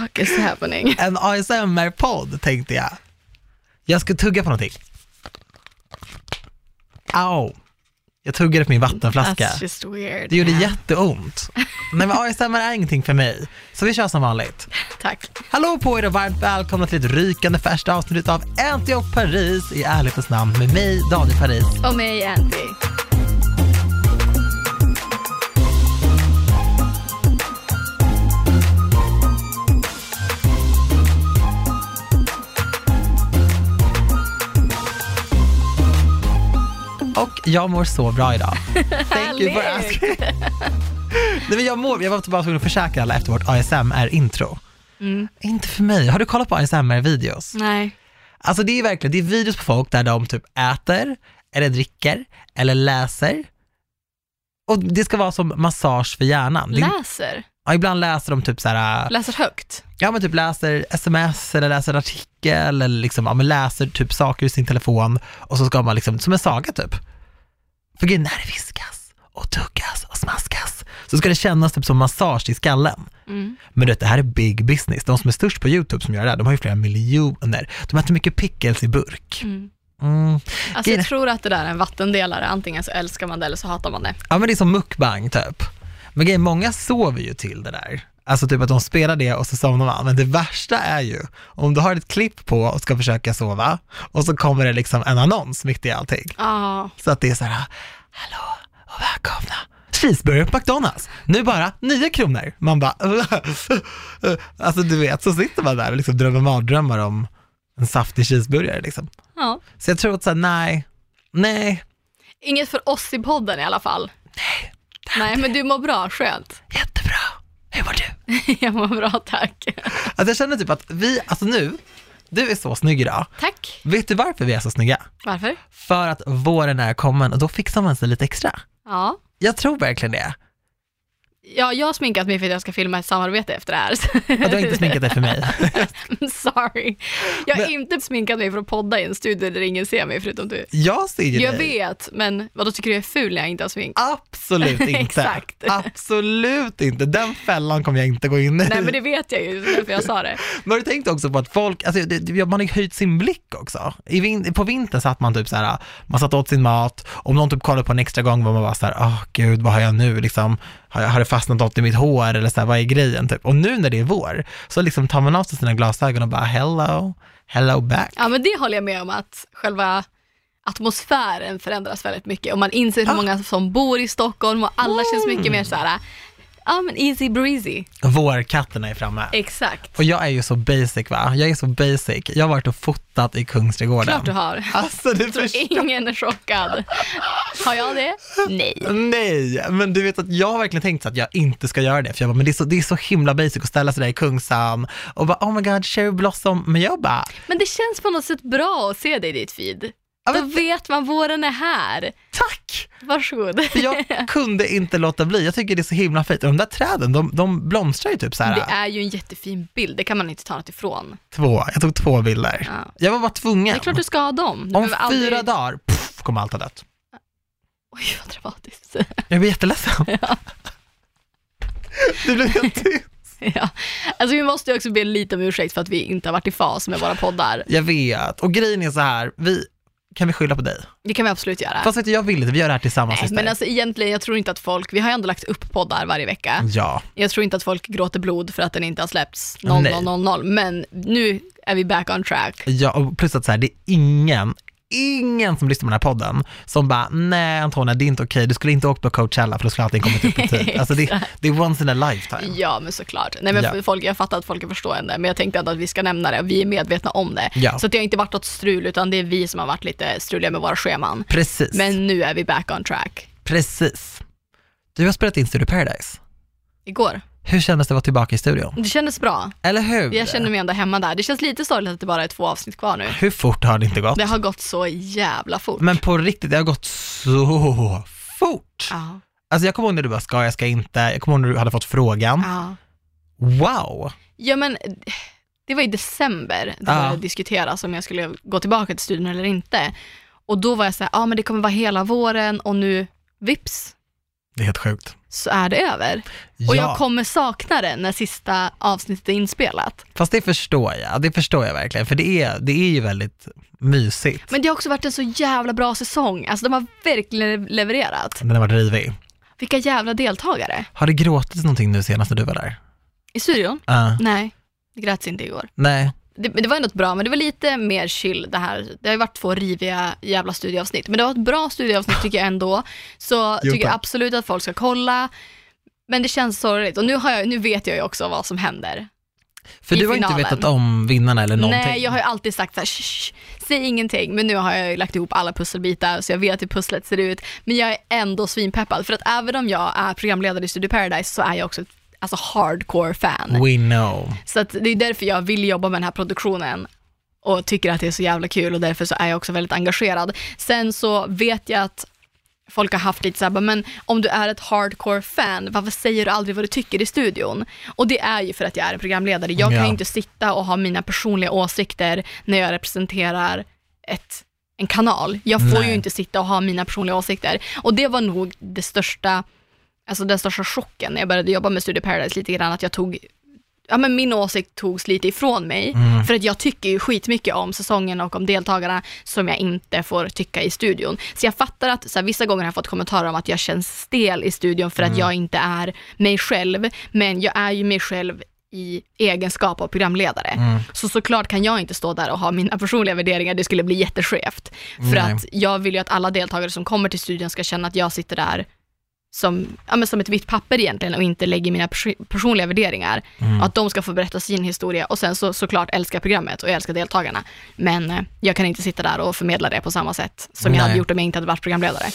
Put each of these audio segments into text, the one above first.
fuck is happening? En ASMR-podd tänkte jag. Jag ska tugga på någonting. Au. Jag tuggade på min vattenflaska. That's just weird. Det gjorde jätteont. Nej, men ASMR är ingenting för mig. Så vi kör som vanligt. Tack. Hallå på er och varmt välkomna till ett rykande färskt avsnitt av Anty och Paris i ärlighetens namn med mig, Daniel Paris. Och mig, Anty. Och jag mår så bra idag. Thank you for asking. Nej, men jag var bara tvungen att försäkra alla efter vårt ASMR-intro. Inte för mig. Har du kollat på ASMR-videos? Nej. Alltså det är verkligen, det är videos på folk där de typ äter, eller dricker, eller läser. Och det ska vara som massage för hjärnan. Läser? Ja, ibland läser de typ så här. Läser högt? Ja, men typ läser sms eller läser en artikel eller liksom, ja, men läser typ saker i sin telefon och så ska man liksom, som en saga typ. För när det viskas och tuggas och smaskas så ska det kännas typ som massage i skallen. Men det här är big business. De som är störst på YouTube som gör det här, de har ju flera miljoner. De äter mycket pickles i burk. Alltså jag tror att det där är en vattendelare. Antingen så älskar man det eller så hatar man det. Ja, men det är som mukbang typ. Men många sover ju till det där. Alltså typ att de spelar det och så somnar man. Men det värsta är ju om du har ett klipp på och ska försöka sova och så kommer det liksom en annons mitt i allting. Så att det är så här: hallå och välkomna. Cheeseburger på McDonald's. Nu bara 9 kronor. Man bara alltså du vet, så sitter man där och liksom drömmer mardrömmar om en saftig cheeseburgare liksom. Ja. Så jag tror att så här, nej. Inget för oss i podden i alla fall. Nej, men du mår bra, skönt. Jättebra. Hur mår du? Jag mår bra, tack. Alltså jag känner typ att du är så snygg idag. Tack. Vet du varför vi är så snygga? Varför? För att våren är kommen och då fixar man sig lite extra. Ja. Jag tror verkligen det. Ja, jag har sminkat mig för att jag ska filma ett samarbete efter det här. Och du har inte sminkat dig för mig. Sorry. Jag har inte sminkat mig för att podda i en studio där ingen ser mig förutom du. Jag ser ju Jag dig. vet, men vad då tycker du jag är ful när jag inte har smink? Absolut inte. Exakt. Absolut inte. Den fällan kommer jag inte gå in i. Nej, men det vet jag ju, därför jag sa det. Men har du tänkt också på att folk, alltså, man har ju höjt sin blick också. På vintern satt man typ så här, man satt åt sin mat, om någon typ kollade på en extra gång var man bara så här, gud, vad har jag nu liksom? Har det fastnat något i mitt hår eller så här, vad är grejen typ? Och nu när det är vår så liksom tar man av sig sina glasögon och bara hello back. Ja, men det håller jag med om, att själva atmosfären förändras väldigt mycket och man inser hur många som bor i Stockholm och alla känns mycket mer så här, men easy breezy. Vårkatterna är framme. Exakt. Och jag är ju så basic, va? Jag är så basic. Jag har varit och fotat i Kungsträdgården. Klart du har. Alltså, du förstår. Ingen är chockad. Har jag det? Nej, men du vet att jag har verkligen tänkt så att jag inte ska göra det. För jag bara, men det är så himla basic att ställa sig där i Kungsan och bara, oh my god, cherry blossom. Men jag bara... Men det känns på något sätt bra att se dig i ditt feed. Då vet man våren är här. Tack! Varsågod. För jag kunde inte låta bli. Jag tycker det är så himla fint. Och de där träden, de blomstrar ju typ så här. Det är ju en jättefin bild. Det kan man inte ta något ifrån. Jag tog 2 bilder. Ja. Jag var bara tvungen. Det är klart du ska ha dem. Om 4 dagar, kommer allt ha dött. Oj, vad dramatiskt. Jag blir jätteledsen. Ja. Det blev helt tyst. Ja. Alltså vi måste ju också be lite om ursäkt för att vi inte har varit i fas med våra poddar. Jag vet. Och grejen är så här, kan vi skylla på dig? Det kan vi absolut göra. Fast vet du, jag vill inte, vi gör det här tillsammans. Nej, men alltså egentligen, jag tror inte att folk, vi har ju ändå lagt upp poddar varje vecka. Ja. Jag tror inte att folk gråter blod för att den inte har släppts 0000, men nu är vi back on track. Ja, och plus att så här, det är ingen som lyssnar på den här podden som bara, nej Antonia, det är inte okej. Du skulle inte åka på Coachella för då skulle allting kommit upp i tid. Alltså det är once in a lifetime. Ja, men såklart. Nej, men jag fattar att folk är förstående, men jag tänkte ändå att vi ska nämna det. Vi är medvetna om det. Ja. Så att det har inte varit något strul, utan det är vi som har varit lite struliga med våra scheman. Precis. Men nu är vi back on track. Precis. Du har spelat in Studio Paradise. Igår. Hur kändes det att vara tillbaka i studion? Det kändes bra. Eller hur? Jag känner mig ändå hemma där. Det känns lite sorgligt att det bara är 2 avsnitt kvar nu. Hur fort har det inte gått? Det har gått så jävla fort. Men på riktigt, det har gått så fort. Ja. Alltså jag kommer ihåg när du bara, ska jag ska inte. Jag kommer ihåg när du hade fått frågan. Ja. Wow. Ja, men det var i december. Det började diskuteras om jag skulle gå tillbaka till studion eller inte. Och då var jag så här, men det kommer vara hela våren och nu, vips. Det är helt sjukt. så är det över. Och jag kommer sakna det när sista avsnittet är inspelat. Fast det förstår jag verkligen. För det är ju väldigt mysigt. Men det har också varit en så jävla bra säsong. Alltså de har verkligen levererat. Den har varit rivig. Vilka jävla deltagare. Har det gråtit någonting nu senast när du var där? I studion? Nej, det gröts inte igår. Nej. Det var ändå bra, men det var lite mer chill det här. Det har ju varit 2 riviga jävla studieavsnitt. Men det var ett bra studieavsnitt tycker jag ändå. Så tycker jag absolut att folk ska kolla. Men det känns sorgligt. Och nu vet jag ju också vad som händer. För du har inte vetat om vinnarna eller någonting? Nej, jag har ju alltid sagt så här, säg ingenting. Men nu har jag ju lagt ihop alla pusselbitar så jag vet hur pusslet ser ut. Men jag är ändå svinpeppad. För att även om jag är programledare i Studio Paradise så är jag också ett hardcore fan. We know. Så att det är därför jag vill jobba med den här produktionen och tycker att det är så jävla kul och därför så är jag också väldigt engagerad. Sen så vet jag att folk har haft lite så här, men om du är ett hardcore fan, varför säger du aldrig vad du tycker i studion? Och det är ju för att jag är en programledare. Jag kan inte sitta och ha mina personliga åsikter när jag representerar en kanal. Jag får ju inte sitta och ha mina personliga åsikter. Och det var nog den största chocken när jag började jobba med Studio Paradise lite grann, att jag tog min åsikt togs lite ifrån mig för att jag tycker ju skitmycket om säsongen och om deltagarna som jag inte får tycka i studion. Så jag fattar att så här, vissa gånger har jag fått kommentarer om att jag känns stel i studion för att jag inte är mig själv, men jag är ju mig själv i egenskap av programledare. Så såklart kan jag inte stå där och ha mina personliga värderingar, det skulle bli jätteskevt. För att jag vill ju att alla deltagare som kommer till studion ska känna att jag sitter där som ett vitt papper egentligen och inte lägger mina personliga värderingar. Och att de ska få berätta sin historia och sen såklart älska programmet och älska deltagarna. Men jag kan inte sitta där och förmedla det på samma sätt som jag hade gjort om jag inte hade varit programledare.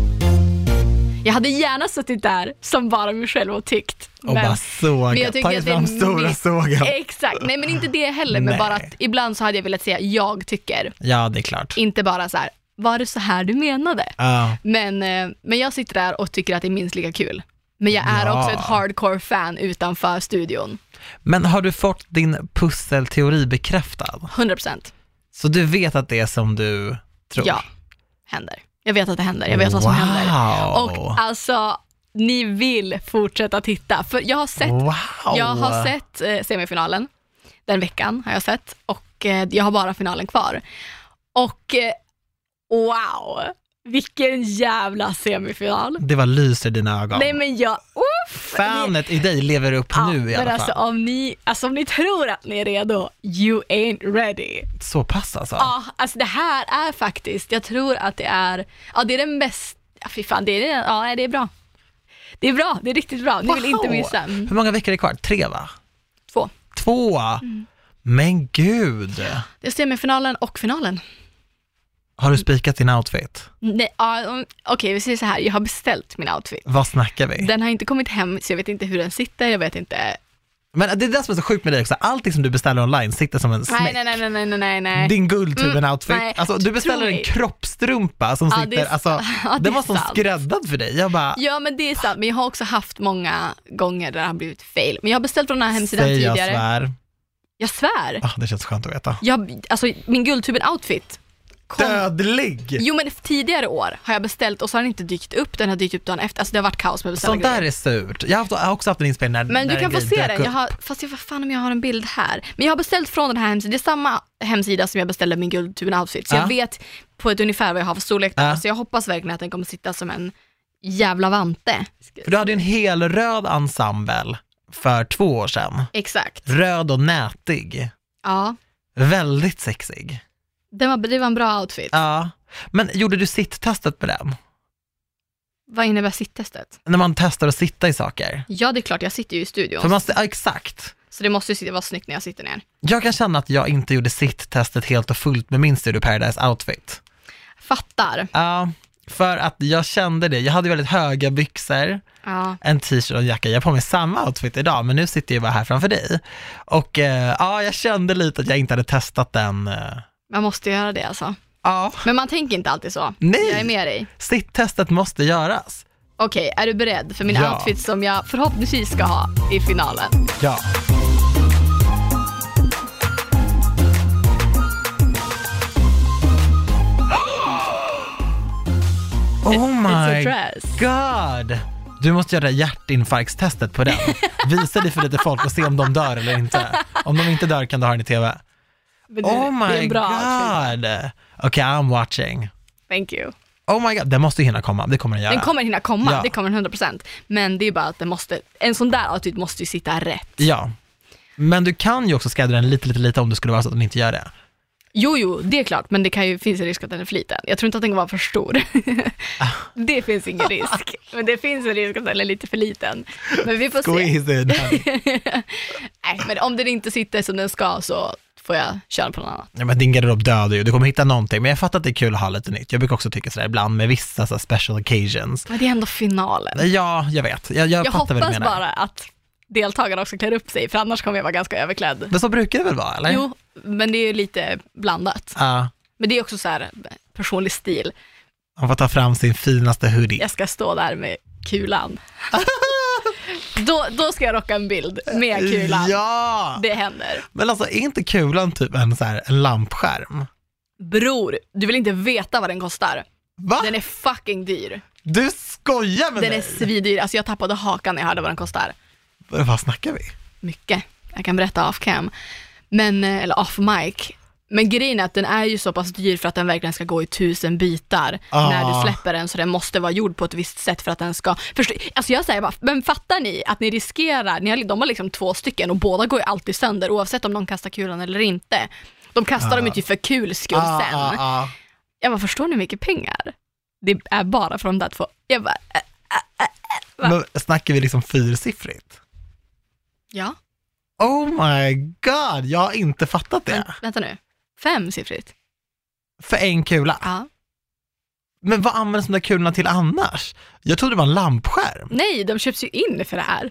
Jag hade gärna suttit där som bara mig själv och tyckt. Och bara sågat, tagit fram stora sågen. Exakt, nej men inte det heller. Men bara att ibland så hade jag velat säga jag tycker. Ja, det är klart. Inte bara så här, var det så här du menade? Men jag sitter där och tycker att det är minst lika kul. Men jag är också ett hardcore fan utanför studion. Men har du fått din pusselteori bekräftad? 100%. Så du vet att det är som du tror? Ja, händer. Jag vet att det händer. Jag vet vad som händer. Och alltså, ni vill fortsätta titta. För jag har sett semifinalen. Den veckan har jag sett. Och jag har bara finalen kvar. Och wow, vilken jävla semifinal. Det var lyser i dina ögon. Nej men fanet i dig lever upp nu i alla fall. Alltså om ni tror att ni är redo, you ain't ready. Så pass alltså? Ja, alltså det här är faktiskt, jag tror att det är den bästa, fy fan, det är bra. Det är bra, det är riktigt bra. Ni vill inte missa. Hur många veckor är det kvar? 3 va? 2. Men gud. Det är semifinalen och finalen. Har du spikat din outfit? Nej, okej, vi säger så här. Jag har beställt min outfit. Vad snackar vi? Den har inte kommit hem, så jag vet inte hur den sitter. Jag vet inte. Men det är det som är så sjukt med dig också. Allting som du beställer online sitter som en smäck. Nej. Din guldtuben-outfit. Alltså, du beställer en kroppstrumpa som sitter... den var som skräddad för dig. Ja, men det är sant. Men jag har också haft många gånger där det har blivit fail. Men jag har beställt från den här hemsidan tidigare. Jag svär. Det känns skönt att veta. Min guldtuben-outfit dödlig. Jo, men tidigare år har jag beställt och så har den inte dykt upp. Den har dykt upp dagen efter. Alltså det har varit kaos med beställningar. Sånt där är surt. Jag har också haft en inspelning när men du kan få se den. Vad fan om jag har en bild här. Men jag har beställt från den här hemsidan. Det är samma hemsida som jag beställde min guldtuben-outfit. Så jag vet på ett ungefär vad jag har för storlek där. Så jag hoppas verkligen att den kommer sitta som en jävla vante. För du hade en hel röd ensemble för 2 år sedan. Exakt. Röd och nätig. Ja. Väldigt sexig. Det var en bra outfit. Ja. Men gjorde du sitt-testet på den? Vad innebär sitt-testet? När man testar att sitta i saker. Ja, det är klart. Jag sitter ju i studion. Exakt. Så det måste ju vara snyggt när jag sitter ner. Jag kan känna att jag inte gjorde sitt-testet helt och fullt med min Studio Paradise outfit. Fattar. Ja, för att jag kände det. Jag hade väldigt höga byxor. Ja. En t-shirt och en jacka. Jag har på mig samma outfit idag, men nu sitter jag bara här framför dig. Och jag kände lite att jag inte hade testat den. Man måste göra det alltså. Ja. Men man tänker inte alltid så. Nej. Jag är med dig. Sitt-testet måste göras. Okej, är du beredd för min outfit som jag förhoppningsvis ska ha i finalen? Ja. Oh my god. Du måste göra hjärtinfarktstestet på den. Visa det för lite folk och se om de dör eller inte. Om de inte dör kan du ha den i tv. Oh my god. Okay, I'm watching. Thank you. Oh my god, den måste hinna komma. Det kommer den göra. Den kommer hinna komma, det kommer 100%. Men det är bara att det måste, en sån där attityd måste ju sitta rätt. Ja. Men du kan ju också skrädda den lite om det skulle vara så att den inte gör det. Jo, det är klart, men det kan ju finns en risk att den är för liten. Jag tror inte att den kan vara för stor. Det finns ingen risk. Men det finns en risk att den är lite för liten. Men vi får se. Nej, men om den inte sitter som den ska så får jag köra på något annat. Ja, men din garderob dödar ju. Du kommer hitta någonting. Men jag fattar att det är kul att ha lite nytt. Jag brukar också tycka sådär ibland med vissa så special occasions. Men det är ändå finalen. Ja, jag vet. Jag fattar vad du menar. Hoppas bara att deltagarna också klär upp sig, för annars kommer jag vara ganska överklädd. Men så brukar det väl vara, eller? Jo, men det är ju lite blandat. Men det är också så här personlig stil. Man får ta fram sin finaste hoodie. Jag ska stå där med kulan. Då ska jag rocka en bild med kulan. Ja! Det händer. Men alltså, är inte kulan typ en lampskärm? Bror, du vill inte veta vad den kostar. Va? Den är fucking dyr. Du skojar med mig? Den är svidyr. Alltså jag tappade hakan när jag hörde vad den kostar. Vad snackar vi? Mycket. Jag kan berätta off cam. Eller off mic. Men grejen är att den är ju så pass dyr för att den verkligen ska gå i 1000 bitar när du släpper den, så den måste vara gjord på ett visst sätt för att den ska... Alltså jag säger bara, men fattar ni att ni riskerar, de har liksom 2 stycken och båda går ju alltid sönder oavsett om de kastar kulan eller inte. De kastar dem inte för kul skull sen. Jag bara, förstår ni mycket pengar? Det är bara från de där 2. Jag bara... Men snackar vi liksom 4-siffrigt? Ja. Oh my god, jag har inte fattat det. Men, vänta nu. 5-siffrigt. För en kula? Ja. Men vad används de där kulorna till annars? Jag trodde det var en lampskärm. Nej, de köps ju in för det här.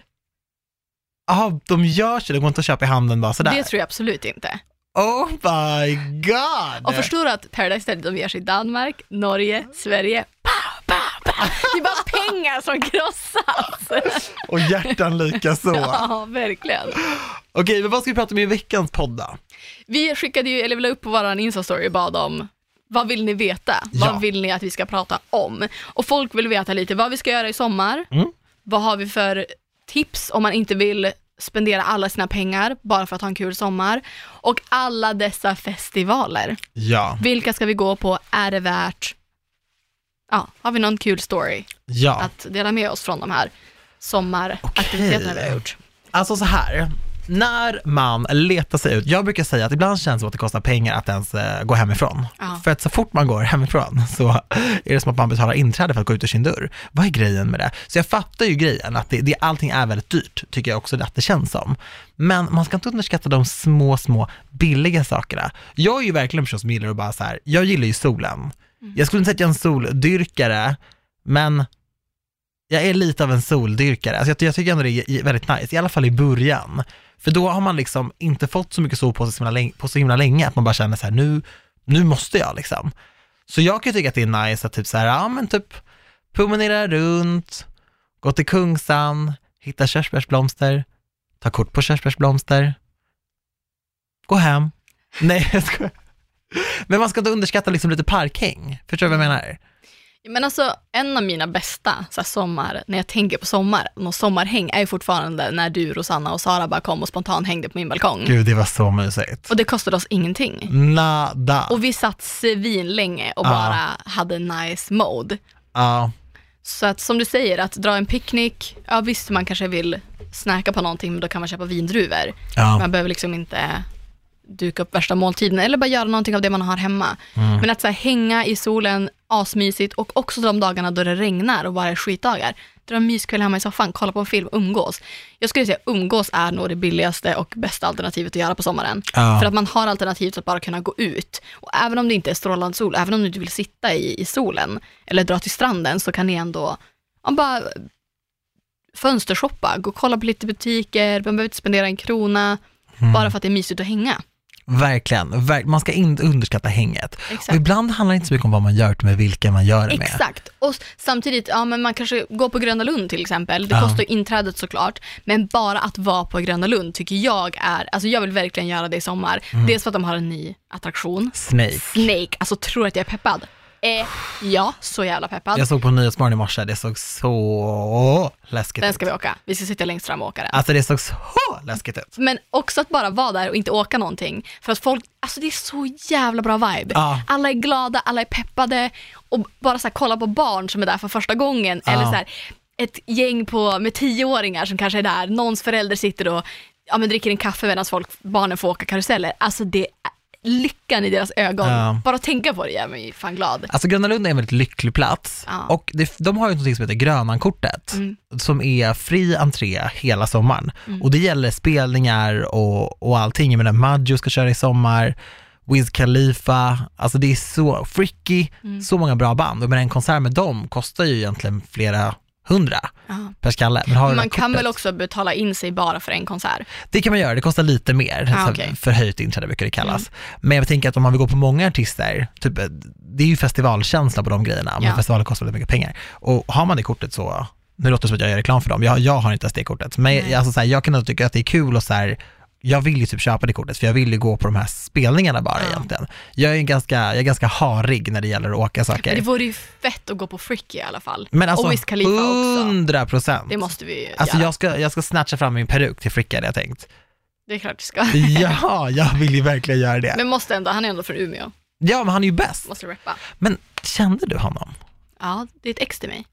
Ja, de gör sig. Det går inte att köpa i handen bara sådär. Det tror jag absolut inte. Oh my god! Och förstår du att Paradise Hotel, de gör sig i Danmark, Norge, Sverige. Det är bara pengar som krossas. Och hjärtan lika så. Ja, verkligen. Okej, men vad ska vi prata om i veckans podd då? Vi skickade ju, eller vi la upp på våran Insta-story och bad om, vad vill ni veta? Vad vill ni att vi ska prata om? Och folk vill veta lite vad vi ska göra i sommar. Vad har vi för tips om man inte vill spendera alla sina pengar bara för att ha en kul sommar? Och alla dessa festivaler. Ja. Vilka ska vi gå på? Är det värt? Ja, har vi någon kul story att dela med oss från de här sommaraktiviteterna vi har gjort? Alltså så här, när man letar sig ut, jag brukar säga att ibland känns det som att det kostar pengar att ens gå hemifrån. För att så fort man går hemifrån så är det som att man betalar inträde för att gå ut ur sin dörr. Vad är grejen med det? Så jag fattar ju grejen att allting är väldigt dyrt, tycker jag också att det känns som. Men man ska inte underskatta de små billiga sakerna. Jag är ju verkligen en person som gillar att bara så här, jag gillar ju solen. Jag skulle inte säga att jag är en soldyrkare, men jag är lite av en soldyrkare. Alltså jag tycker ändå det är väldigt nice, i alla fall i början. För då har man liksom inte fått så mycket sol på så himla länge att man bara känner så här, nu måste jag liksom. Så jag kan tycka att det är nice att typ så här, typ promenera runt, gå till Kungsan, hitta körsbärsblomster, ta kort på körsbärsblomster, gå hem. Nej, jag skojar. Men man ska inte underskatta liksom lite parkhäng. Förstår du vad jag menar? Men alltså, en av mina bästa så här, sommar, när jag tänker på sommar och sommarhäng, är ju fortfarande när du, Rosanna och Sara bara kom och spontant hängde på min balkong. Gud, det var så mysigt. Och det kostade oss ingenting. Nada. Och vi satt svinlänge och bara hade nice mode. Så att som du säger, att dra en picknick, visst man kanske vill snacka på någonting, men då kan man köpa vindruvor. Man behöver liksom inte duka upp värsta måltiden eller bara göra någonting av det man har hemma. Men att så här, hänga i solen, asmysigt, och också de dagarna då det regnar och bara är skitdagar. Dra en myskväll hemma i soffan, kolla på en film, umgås. Jag skulle säga umgås är nog det billigaste och bästa alternativet att göra på sommaren. För att man har alternativet att bara kunna gå ut. Och även om det inte är strålande sol, även om du inte vill sitta i solen eller dra till stranden, så kan ni ändå bara fönstershoppa, gå och kolla på lite butiker, man behöver inte spendera en krona bara för att det är mysigt att hänga. Verkligen, man ska inte underskatta hänget. Exakt. Och ibland handlar det inte så mycket om vad man gör med vilka man gör det med. Exakt, och samtidigt, men man kanske går på Gröna Lund till exempel. Det kostar ju inträdet såklart, men bara att vara på Gröna Lund tycker jag är, alltså jag vill verkligen göra det i sommar. Dels för att de har en ny attraktion, Snake, alltså tror att jag är peppad. Ja, så jävla peppad. Jag såg på Nyhetsmorgon i morse, det såg så läskigt ut. Den ska vi åka. Vi ska sitta längst fram och åka den. Alltså det såg så läskigt ut. Men också att bara vara där och inte åka någonting. För att folk, alltså det är så jävla bra vibe. Ja. Alla är glada, alla är peppade. Och bara så här, kolla på barn som är där för första gången. Eller så här, ett gäng med 10-åringar som kanske är där. Någons förälder sitter och dricker en kaffe medan barnen får åka karuseller. Alltså det är lyckan i deras ögon. Bara tänka på det gör mig fan glad. Alltså Gröna Lund är en väldigt lycklig plats. Och de har ju något som heter Grönan-kortet som är fri entré hela sommaren. Och det gäller spelningar och allting. Jag menar, Maggio ska köra i sommar, Wiz Khalifa, alltså det är så Fricky, så många bra band. Men en konsert med dem kostar ju egentligen flera 100 per skalle. Men man kan väl också betala in sig bara för en konsert? Det kan man göra, det kostar lite mer. Okay. Förhöjt inträde brukar det kallas. Men jag tänker att om man vill gå på många artister, typ, det är ju festivalkänsla på de grejerna, men festivalen kostar väldigt mycket pengar. Och har man det kortet så, nu låter det som att jag gör reklam för dem, jag har inte ens det kortet. Men alltså, så här, jag kan nog tycka att det är kul och så här, jag vill ju typ köpa det kortet för jag vill ju gå på de här spelningarna bara egentligen. Jag är ganska harig när det gäller att åka saker. Men det vore ju fett att gå på Fricky i alla fall. Men alltså, och Wiz Khalifa 100%. Det måste vi alltså göra. jag ska snatcha fram min peruk till Fricky, hade jag tänkt. Det är klart du ska. Ja, jag vill ju verkligen göra det. Men han är ändå från Umeå. Ja, men han är ju bäst. Måste rappa. Men kände du honom? Ja, det är ett ex till mig.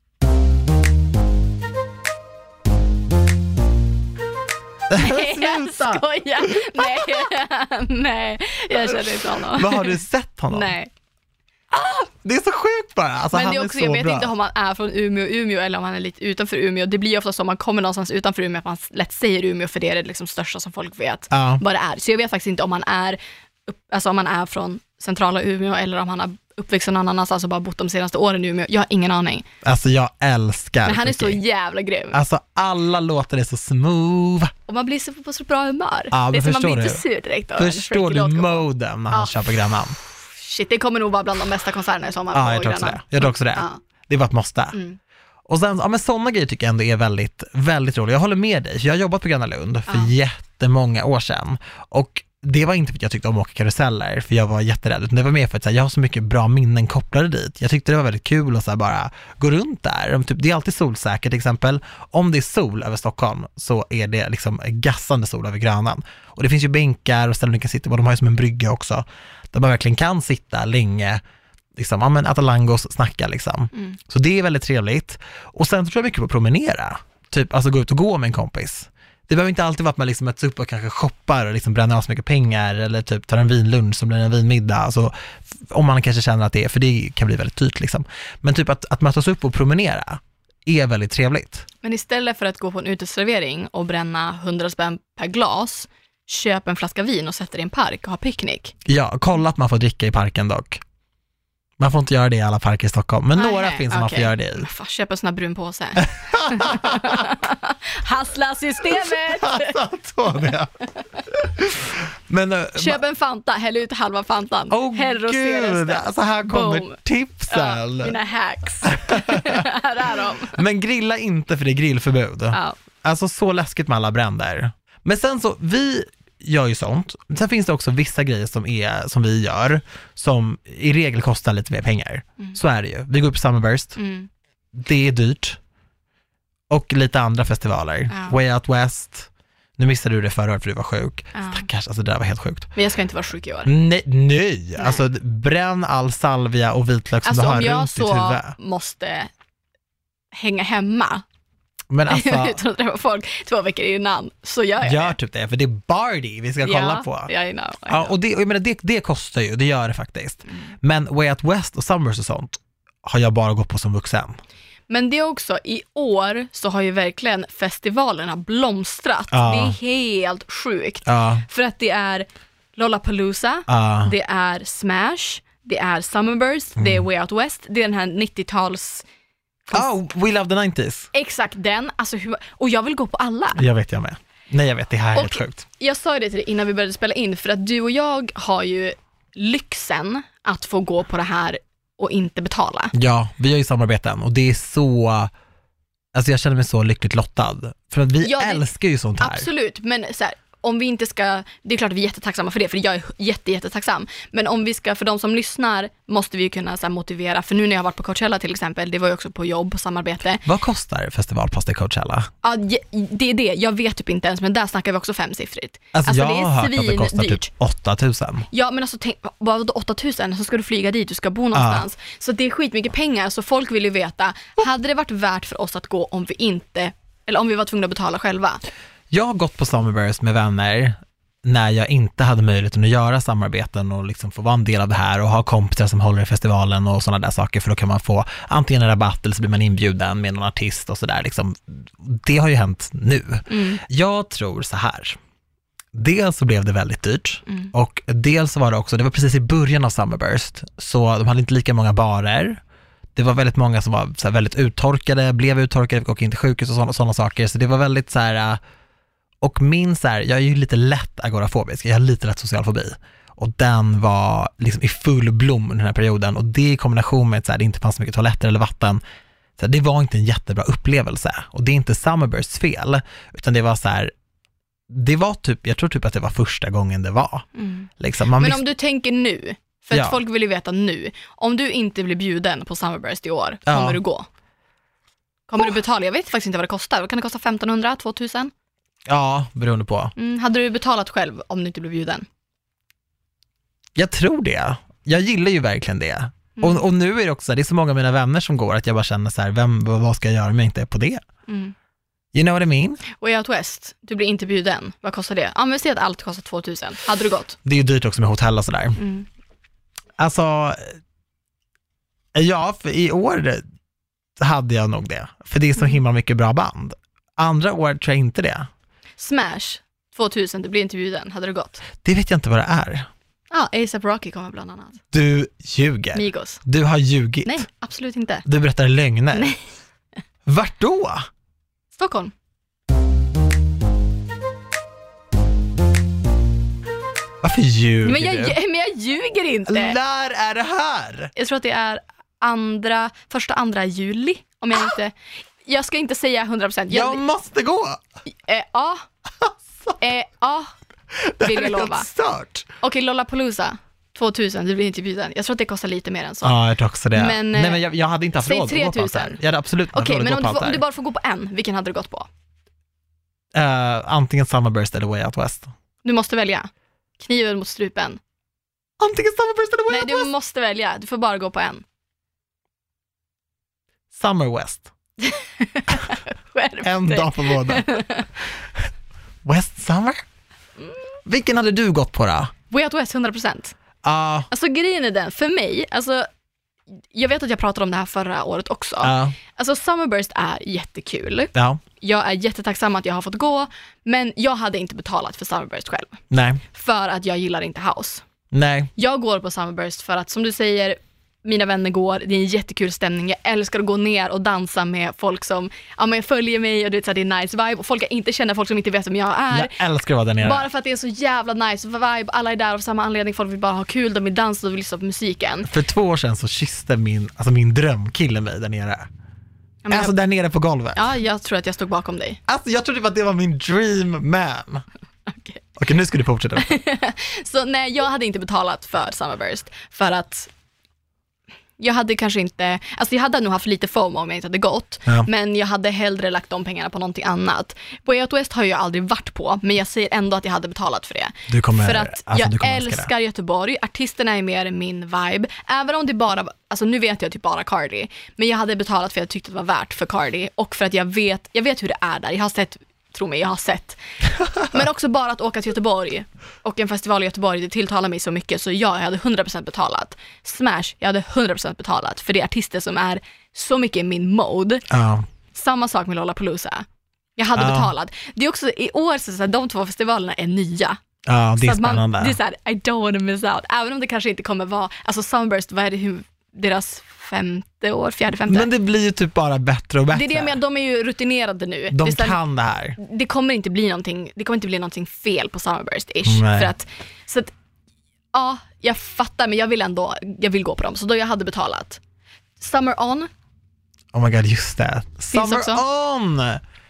Nej, jag skojar. Nej, jag känner inte honom. Men har du sett honom? Nej. Det är så sjukt bara. Alltså, men han det är också, är så jag vet bra. inte om han är från Umeå eller om han är lite utanför Umeå. Det blir ofta så om man kommer någonstans utanför Umeå att man lätt säger Umeå, för det är det liksom största som folk vet vad det är. Så jag vet faktiskt inte om han är från centrala Umeå eller om han har uppväxt någon annanstans och bara bott de senaste åren i Umeå. Jag har ingen aning. Alltså jag älskar Men han är Fricky. så jävla grym. Alltså alla låter är så smooth. Och man blir på så bra humör. Ja, det är som man blir du? inte sur direkt. Förstår du moden när han köper Grönan? Shit, det kommer nog vara bland de bästa konserterna i sommar. Ja, jag tror också det. Det var ett måste. Och sen, men sådana grejer tycker jag ändå är väldigt, väldigt roligt. Jag håller med dig. Jag har jobbat på Gröna Lund för jättemånga år sedan. Och det var inte för att jag tyckte om att åka karuseller, för jag var jätterädd, utan det var mer för att så här, jag har så mycket bra minnen kopplade dit. Jag tyckte det var väldigt kul att så här, bara gå runt där. Typ, det är alltid solsäkert till exempel. Om det är sol över Stockholm så är det liksom gassande sol över Grönan. Och det finns ju bänkar och ställen du kan sitta på. De har ju som en brygga också, där man verkligen kan sitta länge, liksom, äta langos, snacka liksom. Så det är väldigt trevligt. Och sen tror jag mycket på att promenera. Typ, alltså gå ut och gå med en kompis. Det behöver inte alltid vara att man liksom möts upp och kanske shoppar och liksom bränner av så mycket pengar eller typ tar en vinlunch som blir en vinmiddag. Alltså, om man kanske känner att det är, för det kan bli väldigt dyrt liksom. Men typ att mötas upp och promenera är väldigt trevligt. Men istället för att gå på en uteservering och bränna 100 spänn per glas, köp en flaska vin och sätt dig i en park och ha picknick. Ja, kolla att man får dricka i parken dock. Man får inte göra det i alla parker i Stockholm, men några finns som man får göra det i. Fan, köp en sån här brun påse. Hassla systemet! Men, köp en Fanta, häll ut halva Fantan. Häll gud, alltså här kommer tipsen. Mina hacks. Här är de. Men grilla inte, för det är grillförbud. Alltså så läskigt med alla bränder. Men sen så, vi gör ju sånt. Sen finns det också vissa grejer som vi gör som i regel kostar lite mer pengar. Så är det ju. Vi går upp på Summerburst. Det är dyrt. Och lite andra festivaler. Way Out West. Nu missade du det förra året för du var sjuk. Stackars, alltså det där var helt sjukt. Men jag ska inte vara sjuk i år. Nej. Alltså bränn all salvia och vitlök som du har runt ditt huvud. Om jag så måste hänga hemma, men alltså, utan att träffa folk 2 veckor innan, så gör jag det. Typ det, för det är Bardi vi ska kolla på. I know. Ja, och jag menar, det kostar ju, det gör det faktiskt. Men Way Out West och Summers och sånt har jag bara gått på som vuxen. Men det är också, i år så har ju verkligen festivalerna blomstrat. Det är helt sjukt. För att det är Lollapalooza, det är Smash, det är Summerburst, det är Way Out West, det är den här 90-tals... We Love the 90s. Exakt den, alltså, och jag vill gå på alla. Jag vet, jag med. Nej, jag vet, det här är helt sjukt. Jag sa ju det till dig innan vi började spela in, för att du och jag har ju lyxen att få gå på det här och inte betala. Ja, vi har ju samarbeten och det är så... Alltså jag känner mig så lyckligt lottad. För att vi älskar ju sånt här. Absolut, men så här, om vi inte ska, det är klart att vi är jättetacksamma för det, för jag är jättetacksam. Men om vi ska, för de som lyssnar, måste vi ju kunna så här, motivera. För nu när jag har varit på Coachella till exempel, det var ju också på jobb, på samarbete. Vad kostar festivalpass till Coachella? Ja, det är det. Jag vet typ inte ens, men där snackar vi också 5-siffrigt. Alltså jag det har hört att det kostar dyrt. typ 8000. Ja, men alltså tänk, vad 8000, så ska du flyga dit, du ska bo någonstans. Så det är skitmycket pengar, så folk vill ju veta, hade det varit värt för oss att gå om vi inte, eller om vi var tvungna att betala själva? Jag har gått på Summerburst med vänner när jag inte hade möjligheten att göra samarbeten och liksom få vara en del av det här och ha kompisar som håller i festivalen och sådana där saker, för då kan man få antingen en rabatt eller så blir man inbjuden med någon artist och sådär liksom. Det har ju hänt nu. Jag tror så här. Dels så blev det väldigt dyrt och dels så var det också, det var precis i början av Summerburst, så de hade inte lika många barer. Det var väldigt många som var så här väldigt uttorkade, blev uttorkade, fick åka in till sjukhus och sådana saker. Så det var väldigt så här, och min så här, jag är ju lite lätt agorafobisk, jag har lite lätt social fobi. Och den var liksom i full blom under den här perioden. Och det i kombination med att så här, det inte fanns så mycket toaletter eller vatten, så här, det var inte en jättebra upplevelse. Och det är inte Summerbursts fel, utan det var så här, det var typ, jag tror typ att det var första gången det var. Liksom, men om du tänker nu, för att folk vill ju veta nu, om du inte blir bjuden på Summerburst i år, kommer du gå? Kommer du betala? Jag vet faktiskt inte vad det kostar. Kan det kosta 1500, 2000? Ja, beroende på. Hade du betalat själv om du inte blev bjuden? Jag tror det. Jag gillar ju verkligen det. Och nu är det också, det är så många av mina vänner som går att jag bara känner så här, vad ska jag göra om jag inte är på det? You know what I mean? Och i Out West, du blir inte bjuden. Vad kostar det? Ja, men säg att allt kostar 2000. Hade du gått? Det är ju dyrt också med hotell och sådär. Alltså, ja, för i år hade jag nog det. För det är så himla mycket bra band. Andra år tror jag inte det. Smash, 2000, du blir inte bjuden. Hade du gått? Det vet jag inte vad det är. Ja, A$AP Rocky kommer bland annat. Du ljuger. Migos. Du har ljugit. Nej, absolut inte. Du berättar lögner. Nej. Vart då? Stockholm. Varför ljuger du? Men jag ljuger inte. När är det här? Jag tror att det är 2 juli. Om jag inte... Jag ska inte säga 100%. Jag måste gå. Ja. Ja. Vill jag lova. Okej, Lollapalooza 2000, du blir inte bjuden. Jag tror att det kostar lite mer än så. Ja, jag tror också det. Men, nej, men jag hade inte haft råd att gå på allt det här. Jag hade absolut inte råd att gå på allt det här. Om du bara får gå på en, vilken hade du gått på? Antingen Summerburst eller Way Out West. Du måste välja. Kniven mot strupen. Antingen Summerburst eller Way Out West. Nej, du måste välja. Du får bara gå på en. Summer West. En dag på båda. West Summer? Vilken hade du gått på då? Way Out West 100%. Alltså grejen är den, för mig, alltså jag vet att jag pratade om det här förra året också. Alltså Summerburst är jättekul. Jag är jättetacksam att jag har fått gå, men jag hade inte betalat för Summerburst själv. Nej. För att jag gillar inte house. Nej. Jag går på Summerburst för att, som du säger, mina vänner går, det är en jättekul stämning. Jag älskar att gå ner och dansa med folk som följer mig, och det är en nice vibe. Och folk jag inte känner, folk som inte vet vem jag är. Jag älskar att vara där nere. Bara för att det är så jävla nice vibe. Alla är där av samma anledning. Folk vill bara ha kul, de vill dansa och vill lyssna på musiken. För 2 år sedan så kysste min drömkille mig där nere. Alltså där nere på golvet. Ja, jag tror att jag stod bakom dig. Alltså jag trodde att det var min dream man. Okej, nu ska du fortsätta. Så nej, jag hade inte betalat för Summerburst. För att jag hade kanske inte, alltså jag hade nog haft lite FOMO om jag inte hade gått, men jag hade hellre lagt de pengarna på någonting annat. Way Out West har jag aldrig varit på, men jag säger ändå att jag hade betalat för det. För att jag älskar Göteborg, artisterna är mer min vibe, även om det bara, alltså nu vet jag typ bara Cardi, men jag hade betalat för att jag tyckte det var värt för Cardi, och för att jag vet hur det är där, jag har sett. Tro mig, jag har sett. Men också bara att åka till Göteborg och en festival i Göteborg, det tilltalar mig så mycket, så jag hade 100% betalat. Smash, jag hade 100% betalat, för det är artister som är så mycket i min mode. Samma sak med Lollapalooza. Jag hade betalat. Det är också i år så att de 2 festivalerna är nya. Ja, det är spännande. Det är så här, I don't want to miss out. Även om det kanske inte kommer vara, alltså Summerburst, vad är det, deras 5:e år, 4:e. Men det blir ju typ bara bättre och bättre. Det är det med, de är ju rutinerade nu. De kan det här. Det kommer inte bli någonting fel på Summerburst-ish. För att, så att, ja, jag fattar, men jag vill gå på dem. Så då jag hade betalat. Summer On. Oh my god, just det. Summer också. On!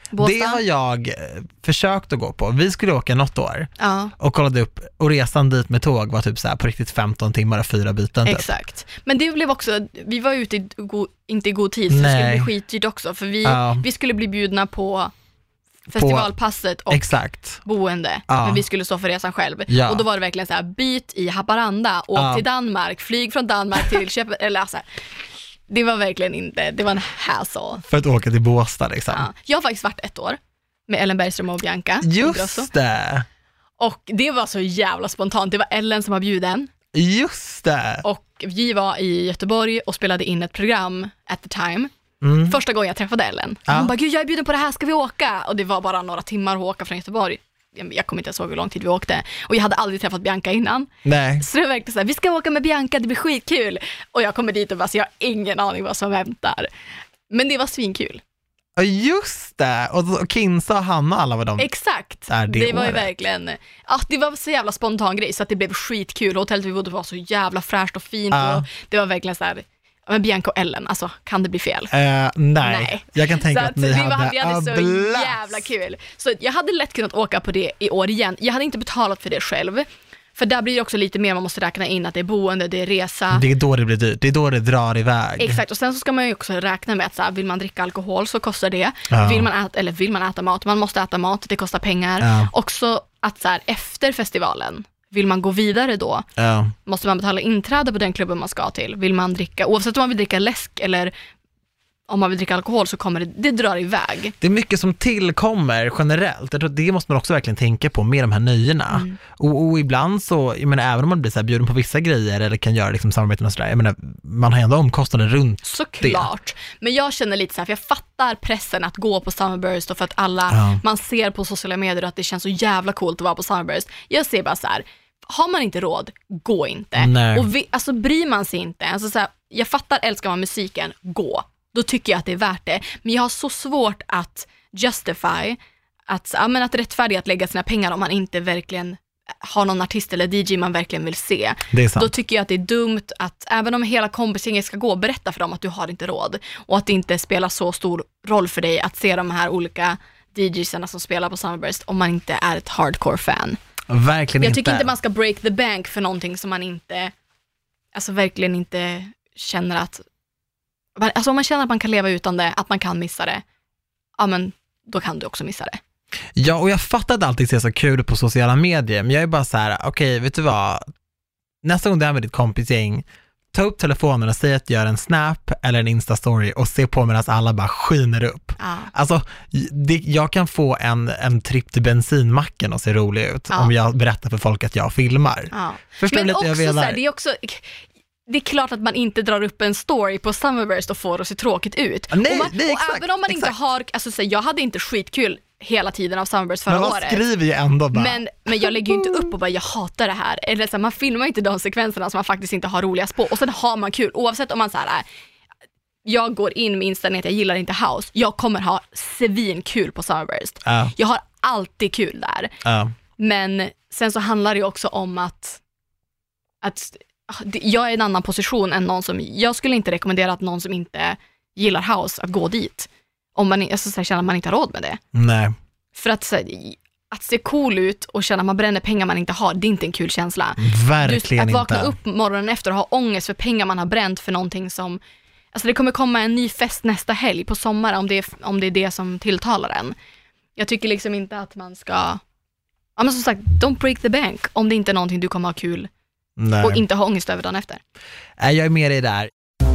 Båstad? Det har jag försökt att gå på. Vi skulle åka något år och kollade upp, och resan dit med tåg var typ så här på riktigt 15 timmar och 4 byten. Typ. Exakt. Men det blev också, vi var ute inte i god tid, så det skulle bli skitdyrt också. För vi skulle bli bjudna på festivalpasset och boende, men vi skulle stå för resan själv. Och då var det verkligen så här, byt i Haparanda, åk till Danmark, flyg från Danmark till Köpenhamn, eller alltså, det var verkligen inte, det var en hassle. För att åka till Båstad liksom. Jag har faktiskt varit 1 år med Ellen Bergström och Bianca. Just det. Och det var så jävla spontant, det var Ellen som var bjuden. Just det. Och vi var i Göteborg och spelade in ett program at the time. Första gången jag träffade Ellen. Hon bara, gud jag är bjuden på det här, ska vi åka? Och det var bara några timmar att åka från Göteborg. Jag kommer inte ens ihåg hur lång tid vi åkte. Och jag hade aldrig träffat Bianca innan. Nej. Så det var verkligen så här, vi ska åka med Bianca, det blir skitkul. Och jag kommer dit och bara, så jag har ingen aning vad som väntar. Men det var svinkul. Just det, och Kinsa och Hanna, alla var de. Exakt, det var ju verkligen, det var så jävla spontan grej så att det blev skitkul. Hotellet vi bodde var så jävla fräscht och fint och det var verkligen så här, men Bianca och Ellen, alltså kan det bli fel? Nej, jag kan tänka att ni hade så jävla kul. Så jag hade lätt kunnat åka på det i år igen. Jag hade inte betalat för det själv. För där blir det också lite mer, man måste räkna in att det är boende, det är resa. Det är då det blir dyrt, det är då det drar iväg. Exakt, och sen så ska man ju också räkna med att så här, vill man dricka alkohol så kostar det. Vill man äta mat, man måste äta mat, det kostar pengar. Också att så här, efter festivalen, vill man gå vidare då, måste man betala inträde på den klubben man ska till. Vill man dricka, oavsett om man vill dricka läsk eller om man vill dricka alkohol, så kommer det drar iväg. Det är mycket som tillkommer generellt. Jag tror det måste man också verkligen tänka på med de här nöjena. Och ibland så, jag menar, även om man blir så här bjuden på vissa grejer eller kan göra liksom samarbeten och sådär, jag menar, man har ändå omkostnader runt såklart. Men jag känner lite så här, för jag fattar pressen att gå på Summerburst och för att man ser på sociala medier att det känns så jävla coolt att vara på Summerburst. Jag ser bara så här, har man inte råd, gå inte. Nej. Och alltså bryr man sig inte. Alltså så här, jag fattar, älskar man musiken, gå. Då tycker jag att det är värt det. Men jag har så svårt att justify, att rättfärdiga att lägga sina pengar om man inte verkligen har någon artist eller DJ man verkligen vill se. Det är sant. Då tycker jag att det är dumt att även om hela kompisgänget ska gå och berätta för dem att du har inte råd. Och att det inte spelar så stor roll för dig att se de här olika DJsarna som spelar på Summerburst om man inte är ett hardcore-fan. Verkligen jag tycker inte man ska break the bank för någonting som man inte, alltså verkligen inte känner att, alltså om man känner att man kan leva utan det, att man kan missa det, ja men då kan du också missa det. Ja, och jag fattar att det alltid ser så kul på sociala medier, men jag är bara så här, okej, vet du vad? Nästa gång du är med ditt kompisgäng, ta upp telefonen och säg att du gör en snap eller en Insta-story och se på medan alla bara skiner upp. Alltså, jag kan få en tripp till bensinmacken och se rolig ut om jag berättar för folk att jag filmar. Förstår men lite, också jag vill så här, det är också... Det är klart att man inte drar upp en story på Summerburst och får det att se tråkigt ut. Nej, och även om man inte har, alltså så, jag hade inte skitkul hela tiden av Summerburst förra året. Men man skriver ju ändå bara. Men jag lägger ju inte upp och bara, jag hatar det här. Eller så, man filmar inte de sekvenserna som man faktiskt inte har roligast på. Och sen har man kul, oavsett om man så här, jag går in med inställningen att jag gillar inte house. Jag kommer ha svinkul på Summerburst. Jag har alltid kul där. Men sen så handlar det ju också om att jag är i en annan position än någon som, jag skulle inte rekommendera att någon som inte gillar house att gå dit om man alltså, känner att man inte har råd med det. Nej. För att se cool ut och känna att man bränner pengar man inte har, det är inte en kul känsla. Verkligen inte. Att vakna upp morgonen efter och ha ångest för pengar man har bränt för någonting som, alltså det kommer komma en ny fest nästa helg på sommaren om det är det som tilltalar en. Jag tycker liksom inte att man ska, ja men som sagt, don't break the bank om det inte är någonting du kommer ha kul. Nej. Och inte ha ångest över dagen efter. Jag är med dig där.